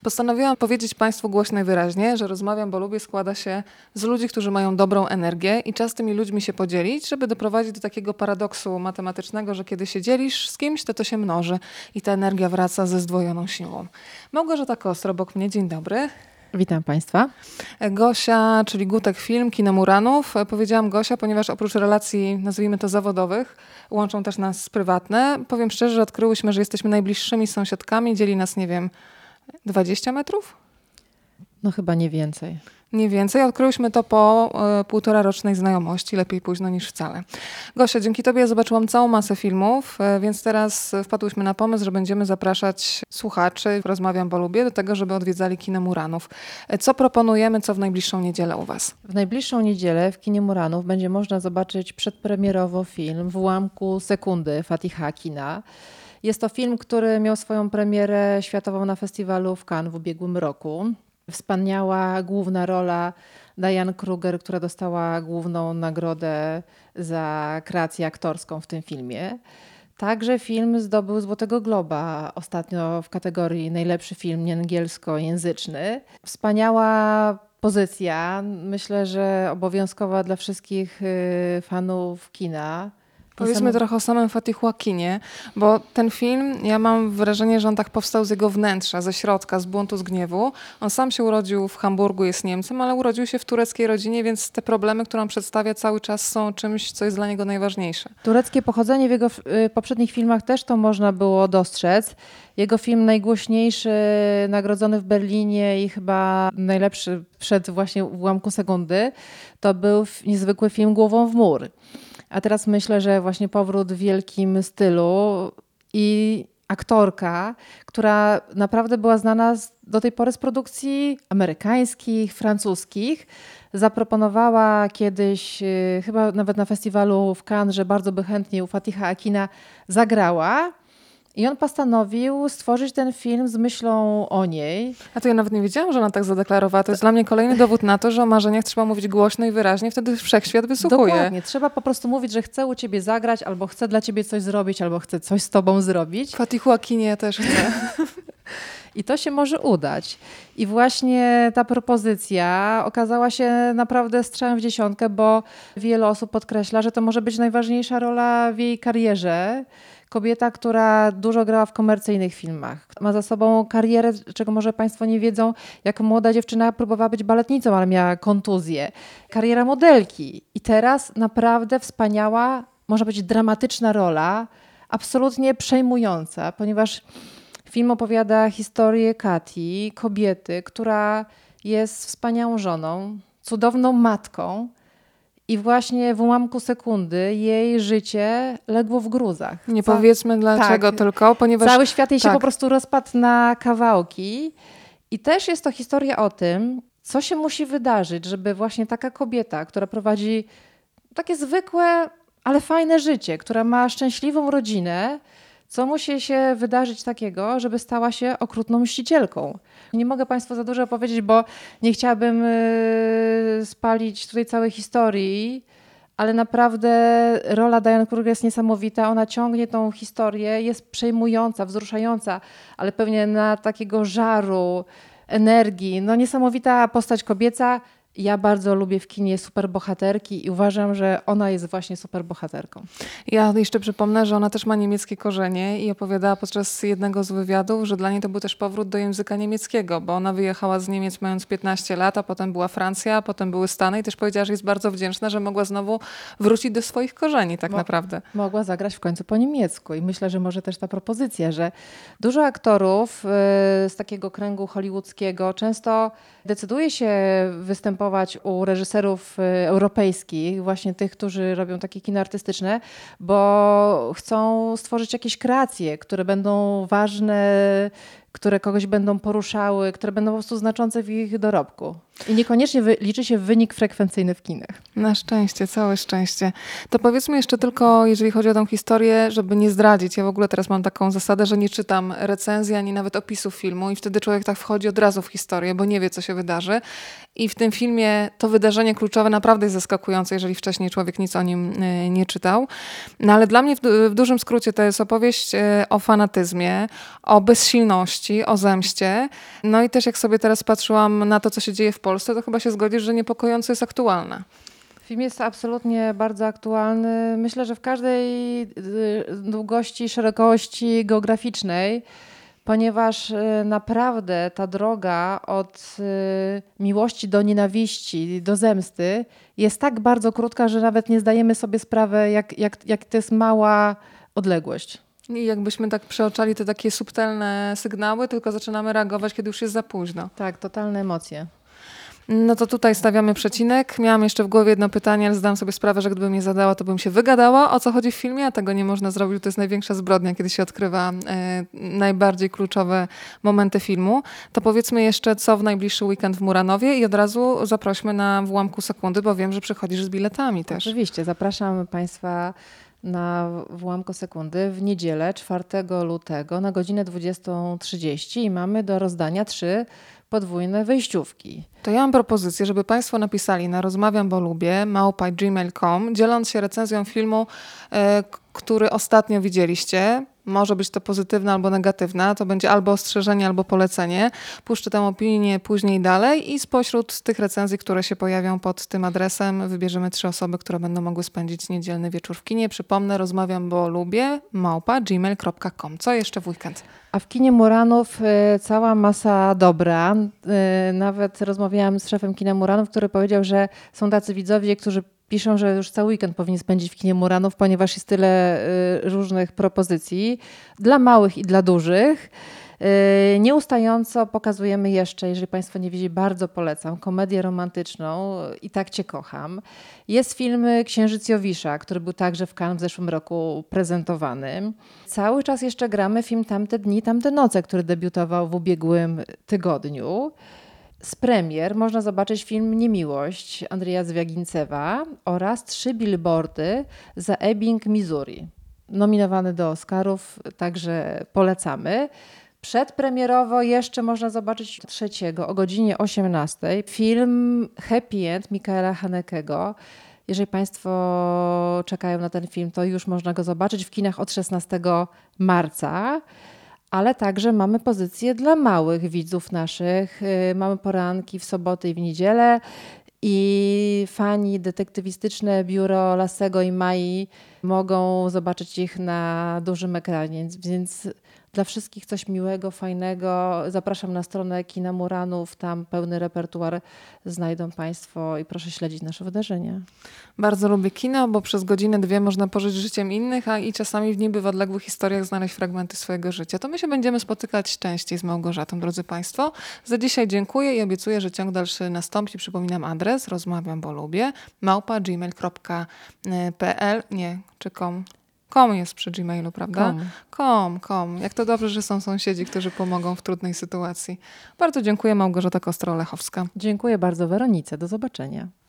Postanowiłam powiedzieć Państwu głośno i wyraźnie, że Rozmawiam, bo lubię składa się z ludzi, którzy mają dobrą energię i czas tymi ludźmi się podzielić, żeby doprowadzić do takiego paradoksu matematycznego, że kiedy się dzielisz z kimś, to się mnoży i ta energia wraca ze zdwojoną siłą. Małgorzata Kostro obok mnie, dzień dobry. Witam Państwa. Gosia, czyli Gutek Film, Kino Muranów. Powiedziałam Gosia, ponieważ oprócz relacji, nazwijmy to zawodowych, łączą też nas prywatne. Powiem szczerze, że odkryłyśmy, że jesteśmy najbliższymi sąsiadkami, dzieli nas, nie wiem, 20 metrów? No chyba nie więcej. Nie więcej. Odkryłyśmy to po 1,5-rocznej znajomości. Lepiej późno niż wcale. Gosia, dzięki Tobie zobaczyłam całą masę filmów, więc teraz wpadłyśmy na pomysł, że będziemy zapraszać słuchaczy, Rozmawiam, bo lubię, do tego, żeby odwiedzali Kino Muranów. Co proponujemy, co w najbliższą niedzielę u Was? W najbliższą niedzielę w Kinie Muranów będzie można zobaczyć przedpremierowo film W ułamku sekundy Fatiha Akina. Jest to film, który miał swoją premierę światową na festiwalu w Cannes w ubiegłym roku. Wspaniała główna rola Diane Kruger, która dostała główną nagrodę za kreację aktorską w tym filmie. Także film zdobył Złotego Globa ostatnio w kategorii najlepszy film nieangielskojęzyczny. Wspaniała pozycja, myślę, że obowiązkowa dla wszystkich fanów kina. Powiedzmy trochę o samym Fatihu Akinie, bo ten film, ja mam wrażenie, że on tak powstał z jego wnętrza, ze środka, z buntu, z gniewu. On sam się urodził w Hamburgu, jest Niemcem, ale urodził się w tureckiej rodzinie, więc te problemy, które on przedstawia cały czas, są czymś, co jest dla niego najważniejsze. Tureckie pochodzenie w jego poprzednich filmach też to można było dostrzec. Jego film najgłośniejszy, nagrodzony w Berlinie i chyba najlepszy przed właśnie W ułamku sekundy, to był niezwykły film Głową w mur. A teraz myślę, że właśnie powrót w wielkim stylu i aktorka, która naprawdę była znana do tej pory z produkcji amerykańskich, francuskich, zaproponowała kiedyś, chyba nawet na festiwalu w Cannes, że bardzo by chętnie u Fatiha Akina zagrała. I on postanowił stworzyć ten film z myślą o niej. A to ja nawet nie wiedziałam, że ona tak zadeklarowała. To jest dla mnie kolejny dowód na to, że o marzeniach trzeba mówić głośno i wyraźnie, wtedy wszechświat wysłuchuje. Dokładnie. Trzeba po prostu mówić, że chcę u ciebie zagrać, albo chcę dla ciebie coś zrobić, albo chcę coś z tobą zrobić. Fatihu Akinie ja też chcę. I to się może udać. I właśnie ta propozycja okazała się naprawdę strzałem w dziesiątkę, bo wiele osób podkreśla, że to może być najważniejsza rola w jej karierze. Kobieta, która dużo grała w komercyjnych filmach. Ma za sobą karierę, czego może Państwo nie wiedzą, jako młoda dziewczyna próbowała być baletnicą, ale miała kontuzję. Kariera modelki. I teraz naprawdę wspaniała, może być dramatyczna rola, absolutnie przejmująca, ponieważ film opowiada historię Kati, kobiety, która jest wspaniałą żoną, cudowną matką i właśnie w ułamku sekundy jej życie legło w gruzach. Nie powiedzmy dlaczego tylko, ponieważ... Cały świat jej się po prostu rozpadł na kawałki. I też jest to historia o tym, co się musi wydarzyć, żeby właśnie taka kobieta, która prowadzi takie zwykłe, ale fajne życie, która ma szczęśliwą rodzinę, co musi się wydarzyć takiego, żeby stała się okrutną mścicielką. Nie mogę Państwu za dużo powiedzieć, bo nie chciałabym spalić tutaj całej historii, ale naprawdę rola Diane Kruger jest niesamowita. Ona ciągnie tą historię, jest przejmująca, wzruszająca, ale pewnie na takiego żaru, energii. No niesamowita postać kobieca. Ja bardzo lubię w kinie superbohaterki i uważam, że ona jest właśnie superbohaterką. Ja jeszcze przypomnę, że ona też ma niemieckie korzenie i opowiadała podczas jednego z wywiadów, że dla niej to był też powrót do języka niemieckiego, bo ona wyjechała z Niemiec mając 15 lat, a potem była Francja, a potem były Stany i też powiedziała, że jest bardzo wdzięczna, że mogła znowu wrócić do swoich korzeni tak naprawdę. Mogła zagrać w końcu po niemiecku i myślę, że może też ta propozycja, że dużo aktorów z takiego kręgu hollywoodzkiego często decyduje się występować u reżyserów europejskich, właśnie tych, którzy robią takie kino artystyczne, bo chcą stworzyć jakieś kreacje, które będą ważne, które kogoś będą poruszały, które będą po prostu znaczące w ich dorobku. I niekoniecznie liczy się wynik frekwencyjny w kinach. Na szczęście, całe szczęście. To powiedzmy jeszcze tylko, jeżeli chodzi o tą historię, żeby nie zdradzić. Ja w ogóle teraz mam taką zasadę, że nie czytam recenzji, ani nawet opisów filmu i wtedy człowiek tak wchodzi od razu w historię, bo nie wie, co się wydarzy. I w tym filmie to wydarzenie kluczowe naprawdę jest zaskakujące, jeżeli wcześniej człowiek nic o nim nie czytał. No ale dla mnie w dużym skrócie to jest opowieść o fanatyzmie, o bezsilności, miłości, o zemście. No i też jak sobie teraz patrzyłam na to, co się dzieje w Polsce, to chyba się zgodzisz, że niepokojąco jest aktualne. Film jest absolutnie bardzo aktualny. Myślę, że w każdej długości, szerokości geograficznej, ponieważ naprawdę ta droga od miłości do nienawiści, do zemsty jest tak bardzo krótka, że nawet nie zdajemy sobie sprawy, jak to jest mała odległość. I jakbyśmy tak przeoczali te takie subtelne sygnały, tylko zaczynamy reagować, kiedy już jest za późno. Tak, totalne emocje. No to tutaj stawiamy przecinek. Miałam jeszcze w głowie jedno pytanie, ale zdałam sobie sprawę, że gdybym je zadała, to bym się wygadała, o co chodzi w filmie, a tego nie można zrobić. To jest największa zbrodnia, kiedy się odkrywa najbardziej kluczowe momenty filmu. To powiedzmy jeszcze, co w najbliższy weekend w Muranowie i od razu zaprośmy na W ułamku sekundy, bo wiem, że przychodzisz z biletami też. Oczywiście, zapraszam Państwa na W ułamku sekundy w niedzielę 4 lutego na godzinę 20:30 i mamy do rozdania 3 podwójne wejściówki. To ja mam propozycję, żeby Państwo napisali na rozmawiambolubie@gmail.com, dzieląc się recenzją filmu, który ostatnio widzieliście. Może być to pozytywna albo negatywna, to będzie albo ostrzeżenie, albo polecenie. Puszczę tę opinię później dalej i spośród tych recenzji, które się pojawią pod tym adresem, wybierzemy 3 osoby, które będą mogły spędzić niedzielny wieczór w kinie. Przypomnę, rozmawiambolubie@gmail.com. Co jeszcze w weekend? A w kinie Muranów cała masa dobra. Nawet rozmawiałam z szefem kina Muranów, który powiedział, że są tacy widzowie, którzy piszą, że już cały weekend powinni spędzić w kinie Muranów, ponieważ jest tyle różnych propozycji dla małych i dla dużych. Nieustająco pokazujemy jeszcze, jeżeli Państwo nie widzieli, bardzo polecam, komedię romantyczną I tak Cię kocham. Jest film Księżyc Jowisza, który był także w Cannes w zeszłym roku prezentowany. Cały czas jeszcze gramy film Tamte dni, tamte noce, który debiutował w ubiegłym tygodniu. Z premier można zobaczyć film Niemiłość Andrzeja Zwiagincewa oraz 3 billboardy za Ebbing, Missouri. Nominowany do Oscarów, także polecamy. Przedpremierowo jeszcze można zobaczyć 3 o godzinie 18 film Happy End Michaela Hanekego. Jeżeli Państwo czekają na ten film, to już można go zobaczyć w kinach od 16 marca. Ale także mamy pozycje dla małych widzów naszych. Mamy poranki w soboty i w niedzielę i fani detektywistyczne biuro Lassego i Mai mogą zobaczyć ich na dużym ekranie. Więc dla wszystkich coś miłego, fajnego. Zapraszam na stronę Kina Muranów, tam pełny repertuar znajdą Państwo i proszę śledzić nasze wydarzenia. Bardzo lubię kino, bo przez godzinę, 2 można pożyć życiem innych, a i czasami w niby w odległych historiach znaleźć fragmenty swojego życia. To my się będziemy spotykać częściej z Małgorzatą, drodzy Państwo. Za dzisiaj dziękuję i obiecuję, że ciąg dalszy nastąpi. Przypominam adres rozmawiambolubie@gmail.pl czy com. Com jest przy Gmailu, prawda? Com. Jak to dobrze, że są sąsiedzi, którzy pomogą w trudnej sytuacji. Bardzo dziękuję, Małgorzata Kostro-Olechowska. Dziękuję bardzo Weronice. Do zobaczenia.